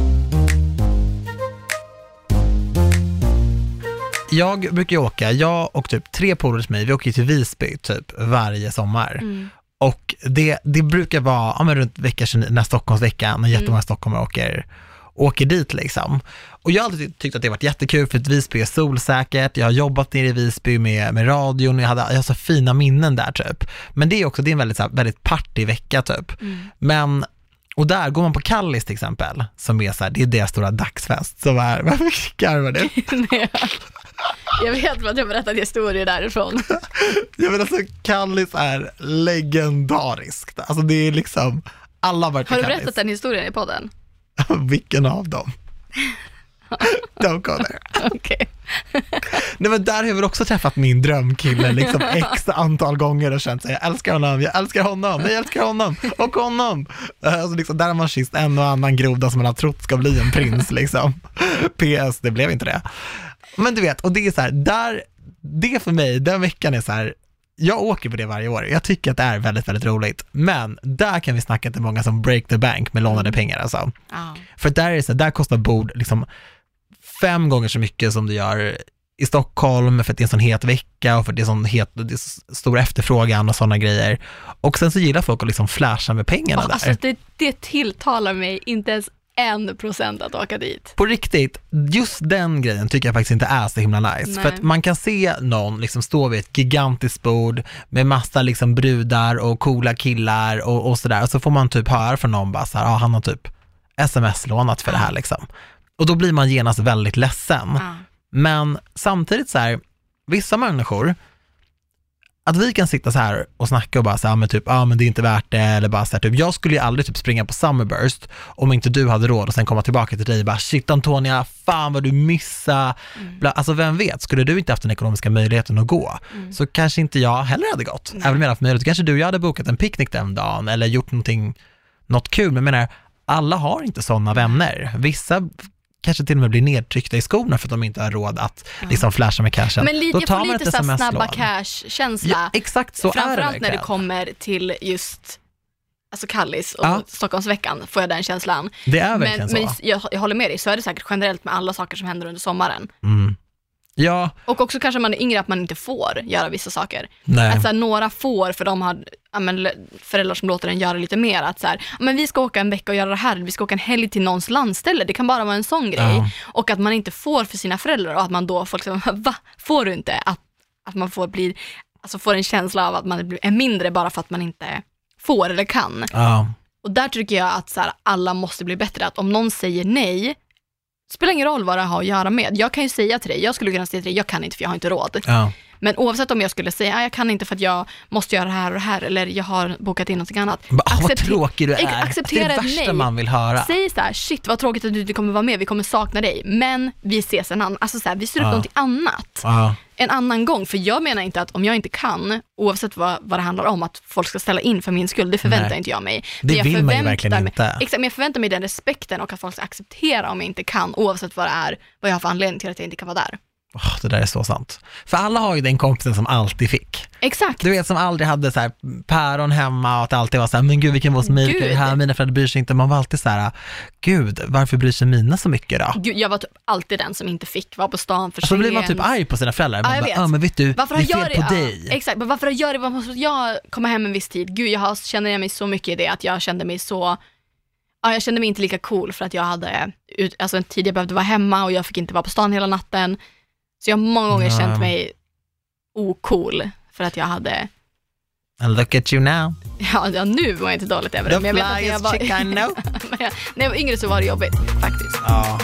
Jag brukar åka, jag och typ 3 polare till mig, vi åker till Visby typ varje sommar. Och det brukar vara runt vecka 29, när Stockholmsveckan, när jättemånga stockholmare åker dit liksom. Och jag har alltid tyckt att det har varit jättekul för att Visby är solsäkert. Jag har jobbat nere i Visby med radion. Jag har så fina minnen där typ. Men det är en väldigt partyvecka typ. Men, och där går man på Kallis till exempel, som är så här, det är deras stora dagsfest. Som är, varför garvar du? Jag vet vad du berättade historier därifrån. Jag menar alltså, Kallis är legendariskt. Alltså det är liksom, alla varit Har du berättat den historien i podden? Vilken av dem? Don't go there. Okej. Nej, men där har jag väl också träffat min drömkille liksom x antal gånger och känt sig, jag älskar honom, jag älskar honom och honom. Alltså liksom, där har man kysst en och annan groda som man har trott ska bli en prins liksom. PS, det blev inte det. Men du vet, och det är så här, det för mig, den veckan är så här, jag åker på det varje år. Jag tycker att det är väldigt, väldigt roligt. Men där kan vi snacka till många som break the bank med lånade pengar alltså. För där är det så här, där kostar bord liksom 5 gånger så mycket som det gör i Stockholm, för att det är en sån het vecka och för att det är stor efterfrågan och sådana grejer. Och sen så gillar folk att liksom flasha med pengarna där. Alltså det tilltalar mig inte ens 1% att åka dit. På riktigt, just den grejen tycker jag faktiskt inte är så himla nice. Nej. För att man kan se någon liksom stå vid ett gigantiskt bord med massa liksom brudar och coola killar och sådär. Och så får man typ höra från någon bara så här, han har typ sms-lånat för det här liksom. Och då blir man genast väldigt ledsen. Men samtidigt så här, vissa människor, att vi kan sitta så här och snacka och bara så här, men typ, men det är inte värt det, eller bara så här, typ, jag skulle ju aldrig typ springa på Summerburst om inte du hade råd och sen komma tillbaka till dig och bara, shit Antonia, fan vad du missade. Alltså vem vet, skulle du inte haft den ekonomiska möjligheten att gå, så kanske inte jag heller hade gått. Även om jag haft möjlighet, kanske du och jag hade bokat en picknick den dagen eller gjort något kul, men jag menar, alla har inte sådana vänner. Vissa kanske till och med blir nedtryckta i skorna för att de inte har råd att liksom flasha med cashen. Men jag får lite så snabba cash-känsla. Ja, exakt så är det. Framförallt när det kommer till just alltså Kallis och Stockholmsveckan får jag den känslan. Det är verkligen så. Men jag håller med dig, så är det säkert generellt med alla saker som händer under sommaren. Ja. Och också kanske man är yngre att man inte får göra vissa saker. Nej. Att så här, några får, för de har föräldrar som låter en göra lite mer. Att så här, men vi ska åka en vecka och göra det här. Vi ska åka en helg till någons landställe. Det kan bara vara en sån grej. Och att man inte får för sina föräldrar. Och att man då, folk säger, va? Får du inte? Att man får en känsla av att man är mindre bara för att man inte får eller kan. Och där tycker jag att så här, alla måste bli bättre. Att om någon säger nej, spelar ingen roll vad det har att göra med. Jag kan ju säga till dig, jag skulle kunna säga till dig, jag kan inte för jag har inte råd. Men oavsett om jag skulle säga, jag kan inte för att jag måste göra det här och det här, eller jag har bokat in något annat. Vad tråkig du är. Acceptera det är det värsta man vill höra. Säg så här, shit vad tråkigt att du inte kommer vara med, vi kommer sakna dig, men vi ses en annan, alltså så här, vi ser upp något annat. En annan gång, för jag menar inte att om jag inte kan, oavsett vad det handlar om, att folk ska ställa in för min skull, det förväntar inte jag mig. Det vill man ju verkligen inte. Exakt, men jag förväntar mig den respekten och att folk ska acceptera om jag inte kan, oavsett vad det är, vad jag har för anledning till att jag inte kan vara där. Det där är så sant. För alla har ju den kompisen som alltid fick. Exakt. Du vet, som aldrig hade så här päron hemma och att alltid var så här, men gud vilken vås mörker det här, mina föräldrar bryr sig inte. Man var alltid så här, gud varför bryr sig mina så mycket då? Gud, jag var typ alltid den som inte fick vara på stan för så blir man typ arg på sina föräldrar. Man bara, men vet du, varför det är fel på dig. Exakt, men varför gör det? Varför måste jag komma hem en viss tid? Gud, känner jag mig så mycket i det att jag kände mig så... jag kände mig inte lika cool för att jag hade en tid jag behövde vara hemma och jag fick inte vara på stan hela natten. Så jag har många gånger känt mig ocool för att jag hade... And look at you now. Ja, nu var jag inte dåligt över det. Men jag vet att jag var... när jag var yngre så var det jobbigt, faktiskt. Ja.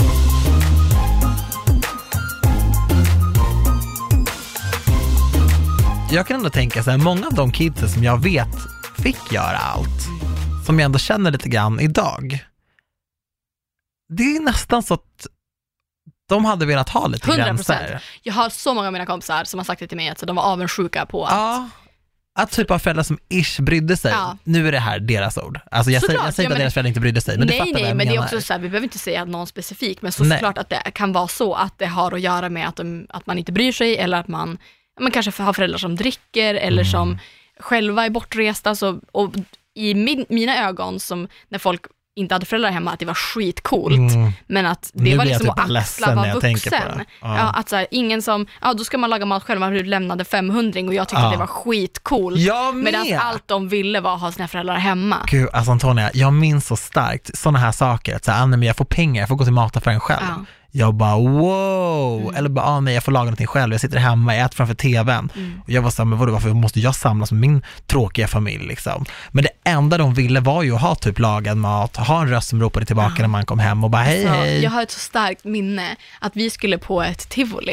Jag kan ändå tänka så här, många av de kids som jag vet fick göra allt, som jag ändå känner lite grann idag, det är nästan så att de hade velat ha lite 100%. Gränser. Jag har så många av mina kompisar som har sagt det till mig att de var avundsjuka på att... att typ av föräldrar som brydde sig. Nu är det här deras ord. Alltså jag säger inte att deras föräldrar inte brydde sig, men nej, men det är också så här, vi behöver inte säga någon specifik, men såklart att det kan vara så att det har att göra med att man inte bryr sig, eller att man kanske har föräldrar som dricker eller som själva är bortresta. Och i mina ögon, som när folk inte hade föräldrar hemma, att det var skitcoolt, men att det var liksom att axla vara vuxen. Att så här, ingen som, då ska man laga mat själv, man lämnade 500 och jag tyckte att det var skitcoolt. Medan allt de ville var att ha sina föräldrar hemma. Gud, alltså Antonia, jag minns så starkt sådana här saker, att så här, men jag får pengar, jag får gå till mataffären själv. Jag bara, wow. Eller bara, nej, jag får laga någonting själv. Jag sitter hemma, jag äter framför tvn. Och jag var så här, men vadå, varför måste jag samlas med min tråkiga familj liksom? Men det enda de ville var ju att ha typ lagad mat, ha en röst som ropade tillbaka när man kom hem och bara, hej. Jag har ett så starkt minne att vi skulle på ett tivoli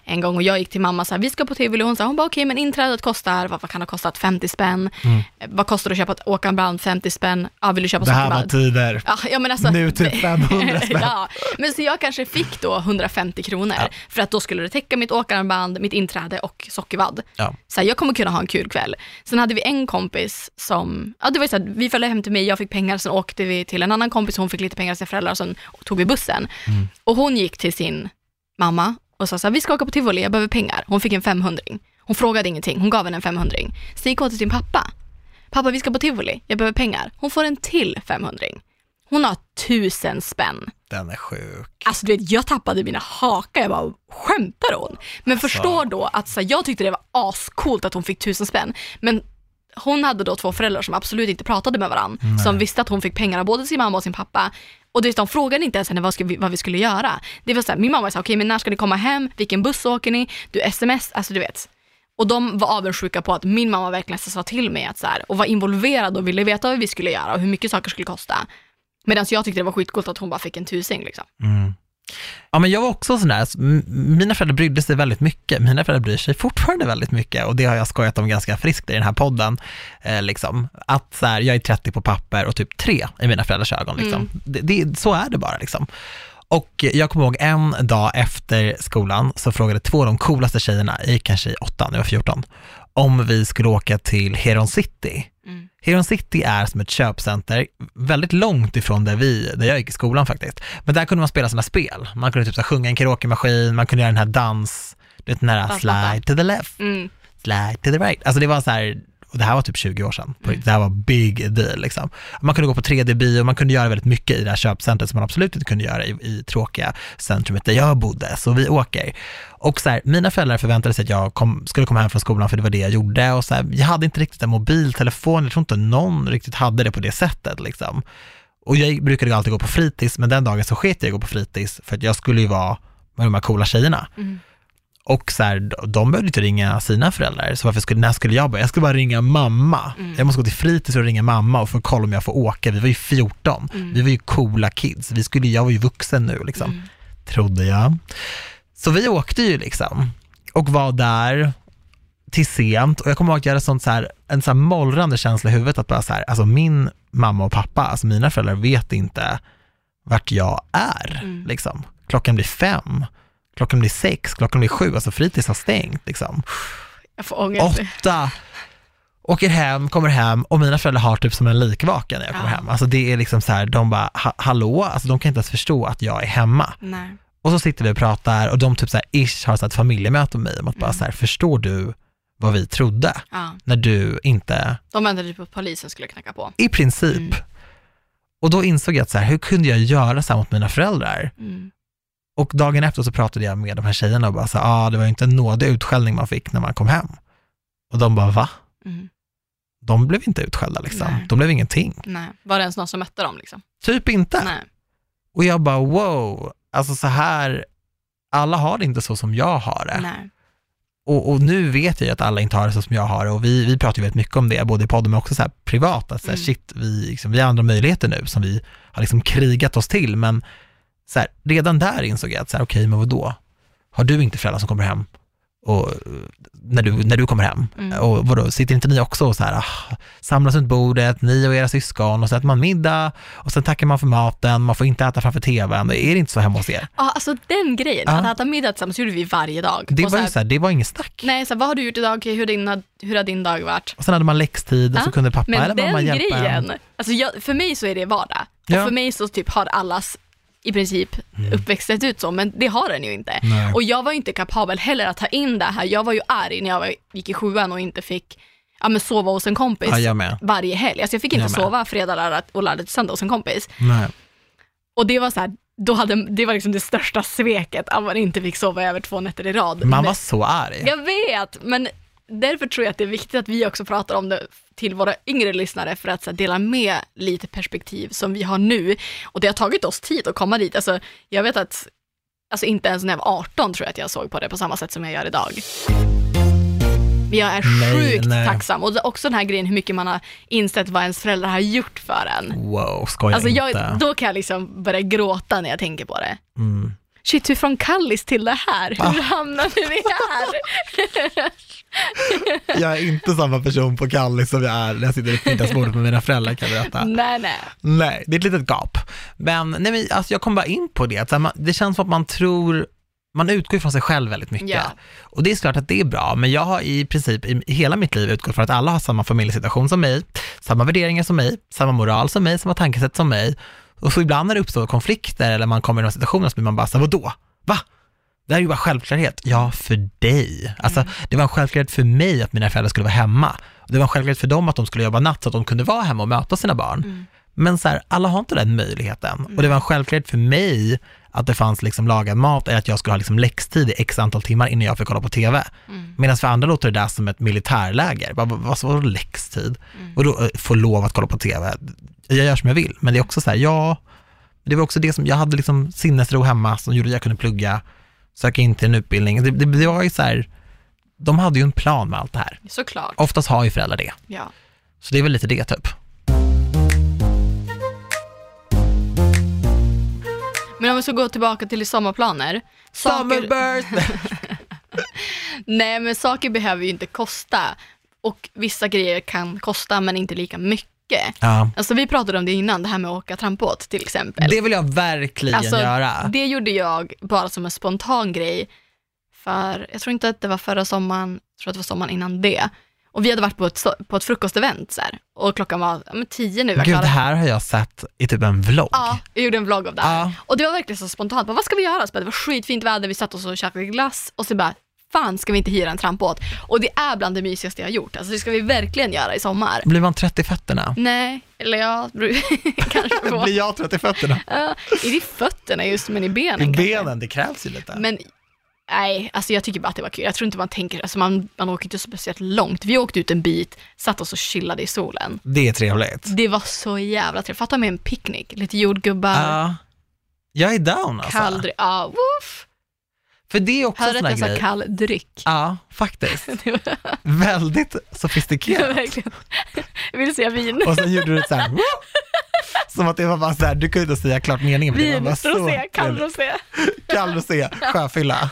en gång och jag gick till mamma så här, vi ska på tivoli, hon sa, hon bara okej, men inträdet kostar, vad kan det ha kostat, 50 spänn, vad kostar det att köpa ett åkarbrand, 50 spänn, vill du köpa det här sockerband? var tider, ja, men alltså, nu typ 500 spänn. ja, men så jag kanske fick då 150 kronor för att då skulle det täcka mitt åkarbrand, mitt inträde och sockervadd. Så här, jag kommer kunna ha en kul kväll. Sen hade vi en kompis som, det var så här, vi följde hem till mig, jag fick pengar, sen åkte vi till en annan kompis, hon fick lite pengar av sina föräldrar, sen tog vi bussen. Och hon gick till sin mamma och sa så här, vi ska åka på tivoli, jag behöver pengar. Hon fick en 500. Hon frågade ingenting, hon gav henne en 500. Sen gick hon till sin pappa, vi ska på tivoli, jag behöver pengar. Hon får en till 500. Hon har 1000 spänn. Den är sjuk. Alltså du vet, jag tappade mina hakar. Jag bara, skämtar hon? Men förstår då att så, jag tyckte det var ascoolt att hon fick 1000 spänn. Men hon hade då 2 föräldrar som absolut inte pratade med varandra. Som visste att hon fick pengar av både sin mamma och sin pappa. Och det, de frågade inte ens henne vad vi skulle göra. Det var så här, min mamma sa, okej, men när ska ni komma hem? Vilken buss åker ni? Du sms, alltså du vet. Och de var avundsjuka på att min mamma verkligen sa till mig att så här, och var involverad och ville veta vad vi skulle göra och hur mycket saker skulle kosta. Medan jag tyckte det var skitcoolt att hon bara fick en 1000 liksom. Ja, men jag var också sån där, mina föräldrar brydde sig väldigt mycket, mina föräldrar bryr sig fortfarande väldigt mycket, och det har jag skojat om ganska friskt i den här podden, liksom, att så här, jag är 30 på papper och typ 3 i mina föräldrars ögon liksom. Så är det bara liksom. Och jag kommer ihåg en dag efter skolan så frågade 2 av de coolaste tjejerna, jag gick kanske i 8, när jag var 14, om vi skulle åka till Heron City. Heron City är som ett köpcenter väldigt långt ifrån där jag gick i skolan faktiskt. Men där kunde man spela såna spel. Man kunde typ så sjunga en karaoke-maskin, man kunde göra den här dans, den här slide to the left, slide to the right. Alltså det var så här, och det här var typ 20 år sedan. Det här var big deal liksom. Man kunde gå på 3D-bio, man kunde göra väldigt mycket i det här köpcentret som man absolut inte kunde göra i tråkiga centrumet där jag bodde. Så vi åker. Och så här, mina föräldrar förväntade sig att jag skulle komma hem från skolan, för det var det jag gjorde. Och så här, jag hade inte riktigt en mobiltelefon, jag tror inte någon riktigt hade det på det sättet liksom. Och jag brukade alltid gå på fritids, men den dagen så sket jag gå på fritids för att jag skulle ju vara med de här coola tjejerna. Och så här, de behövde inte ringa sina föräldrar. Så när skulle jag börja? Jag skulle bara ringa mamma. Jag måste gå till fritids och ringa mamma och få kolla om jag får åka. Vi var ju 14. Vi var ju coola kids. Jag var ju vuxen nu liksom. Trodde jag. Så vi åkte ju liksom. Och var där till sent. Och jag kommer ihåg att jag hade en sån här mollrande känsla i huvudet att bara så här, alltså min mamma och pappa, alltså mina föräldrar vet inte vart jag är liksom. Klockan blir 5. Klockan blir 6, klockan blir 7, alltså fritids har stängt liksom. Jag får ångest. 8, åker hem, kommer hem och mina föräldrar har typ som en likvaka när jag kommer hem. Alltså det är liksom så här, de bara, hallå, alltså de kan inte ens förstå att jag är hemma. Nej. Och så sitter vi och pratar och de typ så här har så ett familjemöte med mig om att bara så här, förstår du vad vi trodde? När du inte... De väntade typ på att polisen skulle knacka på. I princip. Och då insåg jag att så här, hur kunde jag göra så här mot mina föräldrar? Och dagen efter så pratade jag med de här tjejerna och bara så det var ju inte en nådig utskällning man fick när man kom hem. Och de bara, va? De blev inte utskällda liksom. Nej. De blev ingenting. Nej. Var det ens någon som mötte dem liksom? Typ inte. Nej. Och jag bara, wow. Alltså så här, alla har det inte så som jag har det. Nej. Och nu vet jag att alla inte har det så som jag har det. Och vi pratar ju väldigt mycket om det, både i podden men också så här privat. Att så här, shit, vi har andra möjligheter nu som vi har liksom krigat oss till. Men så här, redan där insåg jag att så här, okej, men vadå? Har du inte föräldrar som kommer hem och när du kommer hem? Och vadå, sitter inte ni också och så här, samlas runt bordet, ni och era syskon, och så äter man middag och sen tackar man för maten, man får inte äta framför tvn. Är det inte så hemma hos er? Ja, alltså den grejen, att äta middag tillsammans gjorde vi varje dag. Det var ju så här, det var ingen snack. Nej, så här, vad har du gjort idag? Hur har din dag varit? Och sen hade man läxtid och så kunde pappa eller mamma hjälpa. Men den grejen, alltså för mig så är det vardag. Och för mig så typ har allas i princip uppväxtet ut så, men det har den ju inte. Nej. Och jag var ju inte kapabel heller att ta in det här. Jag var ju arg när jag gick i 7:an och inte fick sova hos en kompis varje helg. Alltså jag fick inte sova fredag och lördag till söndag hos en kompis. Nej. Och det var så här, det var liksom det största sveket att man inte fick sova över 2 nätter i rad. Man var så arg. Jag vet, men därför tror jag att det är viktigt att vi också pratar om det till våra yngre lyssnare, för att så här, dela med lite perspektiv som vi har nu. Och det har tagit oss tid att komma dit. Alltså, jag vet att inte ens när jag var 18 tror jag att jag såg på det på samma sätt som jag gör idag. Jag är sjukt tacksam. Och också den här grejen, hur mycket man har insett vad ens föräldrar har gjort för en. Wow, skojar inte. Då kan jag liksom börja gråta när jag tänker på det. Shit, hur från Kallis till det här? Hur hamnade vi här? Jag är inte samma person på Kallis som jag är när jag sitter i middagsbordet med mina föräldrar, kan jag berätta. Nej, det är ett litet gap. Men alltså jag kom bara in på det. Så här, det känns som att man utgår från sig själv väldigt mycket. Ja. Och det är klart att det är bra, men jag har i princip i hela mitt liv utgått från att alla har samma familjesituation som mig, samma värderingar som mig, samma moral som mig, samma tankesätt som mig. Och så ibland när det uppstår konflikter eller man kommer i någon situation så blir man bara så här, vadå? Va? Det här är ju bara självklarhet. Ja, för dig. Alltså, det var en självklarhet för mig att mina föräldrar skulle vara hemma. Och det var en självklarhet för dem att de skulle jobba natt så att de kunde vara hemma och möta sina barn. Men så här, alla har inte den möjligheten. Och det var en självklarhet för mig att det fanns liksom lagad mat eller att jag skulle ha liksom läxtid i x antal timmar innan jag fick kolla på tv. Medan för andra låter det där som ett militärläger. Vad var läxtid? Och då få lov att kolla på tv. Jag gör som jag vill. Men det är också så här, det var också det som jag hade liksom sinnesro hemma som gjorde att jag kunde plugga, söka in till en utbildning. Det var ju så här, de hade ju en plan med allt det här. Såklart. Oftast har ju föräldrar det. Ja. Så det är väl lite det typ. Men om vi ska gå tillbaka till sommarplaner. Summerbirth! Nej, men saker behöver ju inte kosta. Och vissa grejer kan kosta men inte lika mycket. Ja. Alltså vi pratade om det innan, det här med att åka trampbåt till exempel. Det vill jag verkligen göra. Det gjorde jag bara som en spontan grej. För jag tror inte att det var förra sommaren, jag tror att det var sommaren innan det. Och vi hade varit på ett frukostevent så här, och klockan var 10 nu. Gud, det här har jag sett i typ en vlogg. Ja, jag gjorde en vlogg av det här. Ja. Och det var verkligen så spontant. Vad ska vi göra? Så det var skitfint väder, vi satt oss och käkade glass och så bara, fan ska vi inte hyra en trampbåt? Och det är bland det mysigaste jag har gjort. Alltså det ska vi verkligen göra i sommar. Blir man trött i fötterna? Nej, eller jag kanske på. Blir jag trött i fötterna? Ja, i fötterna just, men i benen. I kanske. benen, det krävs ju lite. Men nej, alltså jag tycker bara att det var kul. Jag tror inte man tänker, alltså man åker inte speciellt långt. Vi åkte ut en bit, satt oss och chillade i solen. Det är trevligt. Det var så jävla trevligt. Fatta med en picknick, lite jordgubbar. Ja, jag är down alltså. Kalldryck, ja, woof. För det är också en sån här grej. Kall dryck. Ja, faktiskt. Väldigt sofistikerat. Verkligen. Jag vill säga vin. Och sen gjorde du så här, som att det var bara så här, du kunde inte säga klart meningen. Vin, rosé, kall rosé. Kall rosé, sjöfylla.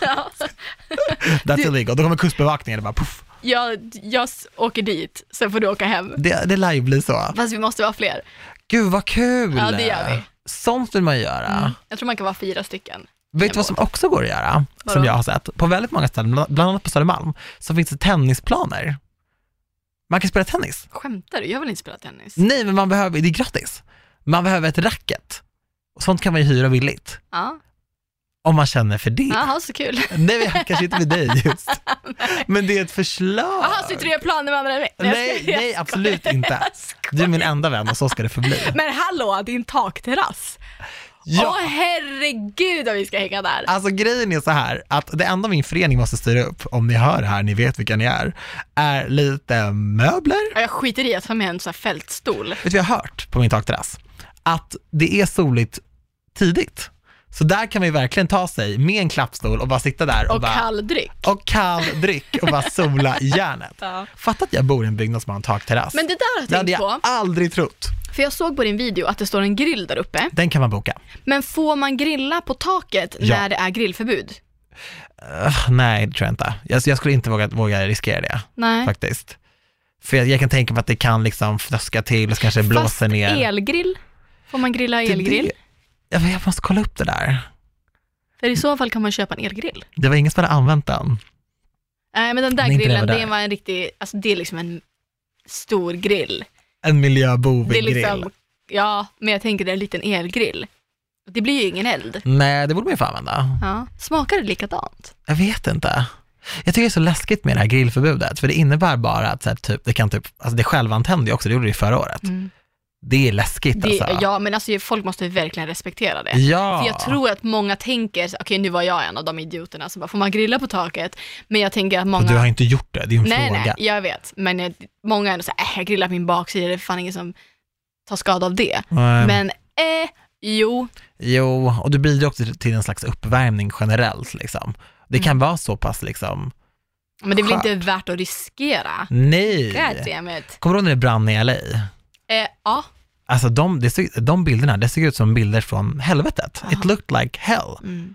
That's illegal. Då kommer kustbevakningen och bara puff. Jag åker dit, sen får du åka hem. Det lär ju bli så. Fast vi måste vara fler. Gud vad kul. Ja, det gör vi. Sånt vill man göra. Jag tror man kan vara 4 stycken. Vet du vad som också går att göra? Vadå? Som jag har sett. På väldigt många ställen, bland annat på Södermalm, så finns det tennisplaner. Man kan spela tennis. Skämtar du? Jag vill inte spela tennis. Nej, men det är gratis. Man behöver ett racket. Och sånt kan man ju hyra billigt. Ja. Om man känner för det. Jaha, så kul. Nej, kanske inte med dig just. Men det är ett förslag. Jaha, så 3 planer med andra. Nej, absolut inte. Du är min enda vän och så ska det förbli. Men hallå, din takterrass. Ja. Åh herregud vad vi ska hänga där. Alltså grejen är så här, att det enda min förening måste styra upp, om ni hör här, ni vet vilka ni är lite möbler. Jag skiter i att ta med en sån här fältstol. Vet du vad jag har hört på min takterrass? Att det är soligt tidigt. Så där kan man ju verkligen ta sig med en klappstol och bara sitta där och bara, kall dryck och bara sola i järnet. Ja. Fatta att jag bor i en byggnad som har en takterrass. Men det där har jag tänkt på. Det hade jag aldrig trott. För jag såg på din video att det står en grill där uppe. Den kan man boka. Men får man grilla på taket när det är grillförbud? Nej, det tror jag inte. Jag skulle inte våga riskera det. Nej. Faktiskt. För jag kan tänka mig att det kan liksom flaska till och kanske blåser ner. Fast elgrill? Får man grilla elgrill? Jag måste kolla upp det där. För i så fall kan man köpa en elgrill. Det var ingen som hade använt den. Nej, men den där grillen, det var en riktig, alltså det är liksom en stor grill. En miljöbov-grill. Liksom, ja, men jag tänker det är en liten elgrill. Det blir ju ingen eld. Nej, det borde man ju få använda. Ja. Smakar det likadant? Jag vet inte. Jag tycker det är så läskigt med det här grillförbudet. För det innebär bara att så här, typ, det kan typ, alltså det självantänder ju också, det gjorde det förra året. Det är läskigt alltså. Ja, men alltså folk måste verkligen respektera det. Ja. För jag tror att många tänker, okej, nu var jag en av de idioterna som bara, får man grilla på taket? Men jag tänker att många... Och du har inte gjort det, det är en fråga. Nej, jag vet. Men många är ändå såhär, jag grillar på min baksida, det är fan ingen som tar skada av det. Men, jo. Jo, och du bidrar också till en slags uppvärmning generellt liksom. Det kan vara så pass liksom... Men det är väl inte värt att riskera? Nej. Kommer du ihåg när det brann i LA? Ja. Alltså de bilderna, det såg ut som bilder från helvetet. Aha. It looked like hell.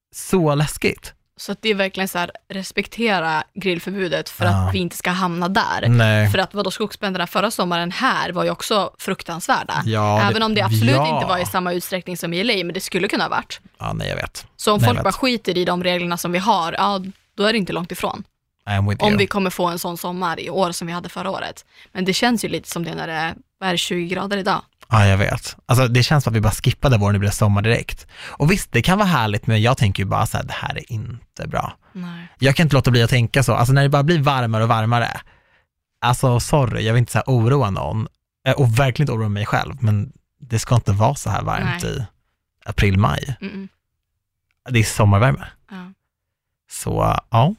så läskigt. Så att det är verkligen så här, respektera grillförbudet för att vi inte ska hamna där. Nej. För att vadå, skogsbränderna förra sommaren här var ju också fruktansvärda. Ja, även om det absolut inte var i samma utsträckning som i LA, men det skulle kunna ha varit. Ja, nej jag vet. Så om folk bara skiter i de reglerna som vi har, ja, då är det inte långt ifrån. Om vi kommer få en sån sommar i år som vi hade förra året. Men det känns ju lite som det när det är 20 grader idag. Ja, jag vet. Alltså det känns som att vi bara skippade våren och det blev sommar direkt. Och visst, det kan vara härligt, men jag tänker ju bara så här, det här är inte bra. Nej. Jag kan inte låta bli att tänka så. Alltså när det bara blir varmare och varmare. Alltså sorry, jag vill inte så här oroa någon. Och verkligen inte oroa mig själv. Men det ska inte vara så här varmt i april, maj. Det är sommarvärme. Ja. Så, ja.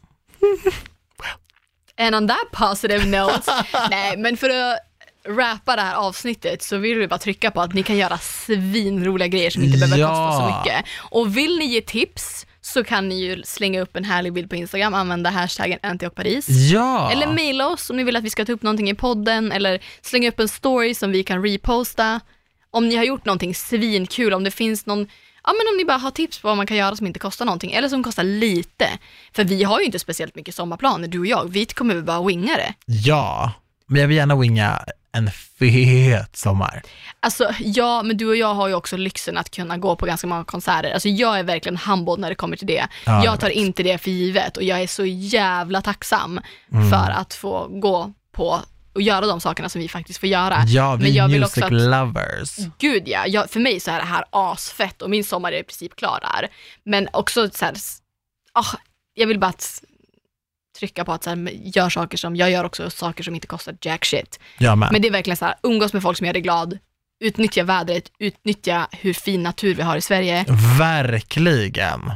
And on that positive note, nej, men för att rappa det här avsnittet så vill vi bara trycka på att ni kan göra svinroliga grejer som inte behöver kosta så mycket. Och vill ni ge tips så kan ni ju slänga upp en härlig bild på Instagram, använda hashtaggen #AntiochParis. Ja. Eller mejla oss om ni vill att vi ska ta upp någonting i podden, eller slänga upp en story som vi kan reposta. Om ni har gjort någonting svinkul, om det finns någon, ja men om ni bara har tips på vad man kan göra som inte kostar någonting, eller som kostar lite. För vi har ju inte speciellt mycket sommarplaner, du och jag. Vi kommer väl bara winga det. Ja, men jag vill gärna winga en fet sommar. Alltså ja, men du och jag har ju också lyxen att kunna gå på ganska många konserter. Alltså jag är verkligen humbled när det kommer till det. Ja, jag tar inte det för givet och jag är så jävla tacksam för att få gå på och göra de sakerna som vi faktiskt får göra. Ja, vi men jag vill music också att, lovers. Gud ja, för mig så är det här asfett och min sommar är i princip klar där. Men också så här, jag vill bara trycka på att så här, gör saker som, jag gör också saker som inte kostar jack shit. Men det är verkligen så här, umgås med folk som gör dig glad, utnyttja vädret, utnyttja hur fin natur vi har i Sverige. Verkligen.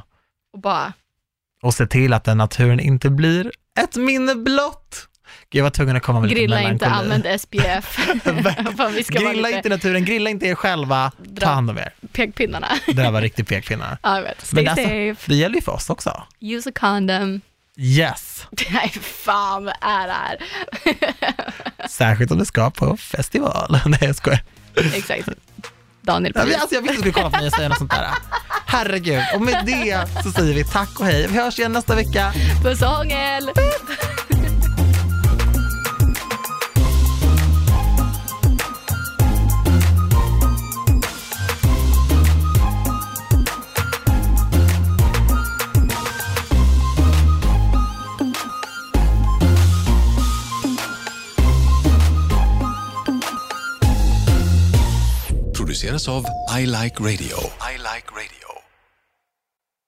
Och se till att den naturen inte blir ett minne blott. Gud, jag var tvungen att komma med grilla lite inte, använd SPF. Grilla inte naturen, grilla inte er själva, ta hand om er. Pekpinnarna. Det där var riktigt pekpinnar. Ja, jag vet. Stay safe. Det gäller ju för oss också. Use a condom. Yes. Nej, fan, vad är det här? Särskilt om det ska på festival. Nej, jag skojar. Exakt. Daniel. Alltså, jag visste att du skulle kolla på mig och säga något sånt där. Herregud. Och med det så säger vi tack och hej. Vi hörs igen nästa vecka. Puss och hångel. Produceras av I Like Radio. I Like Radio.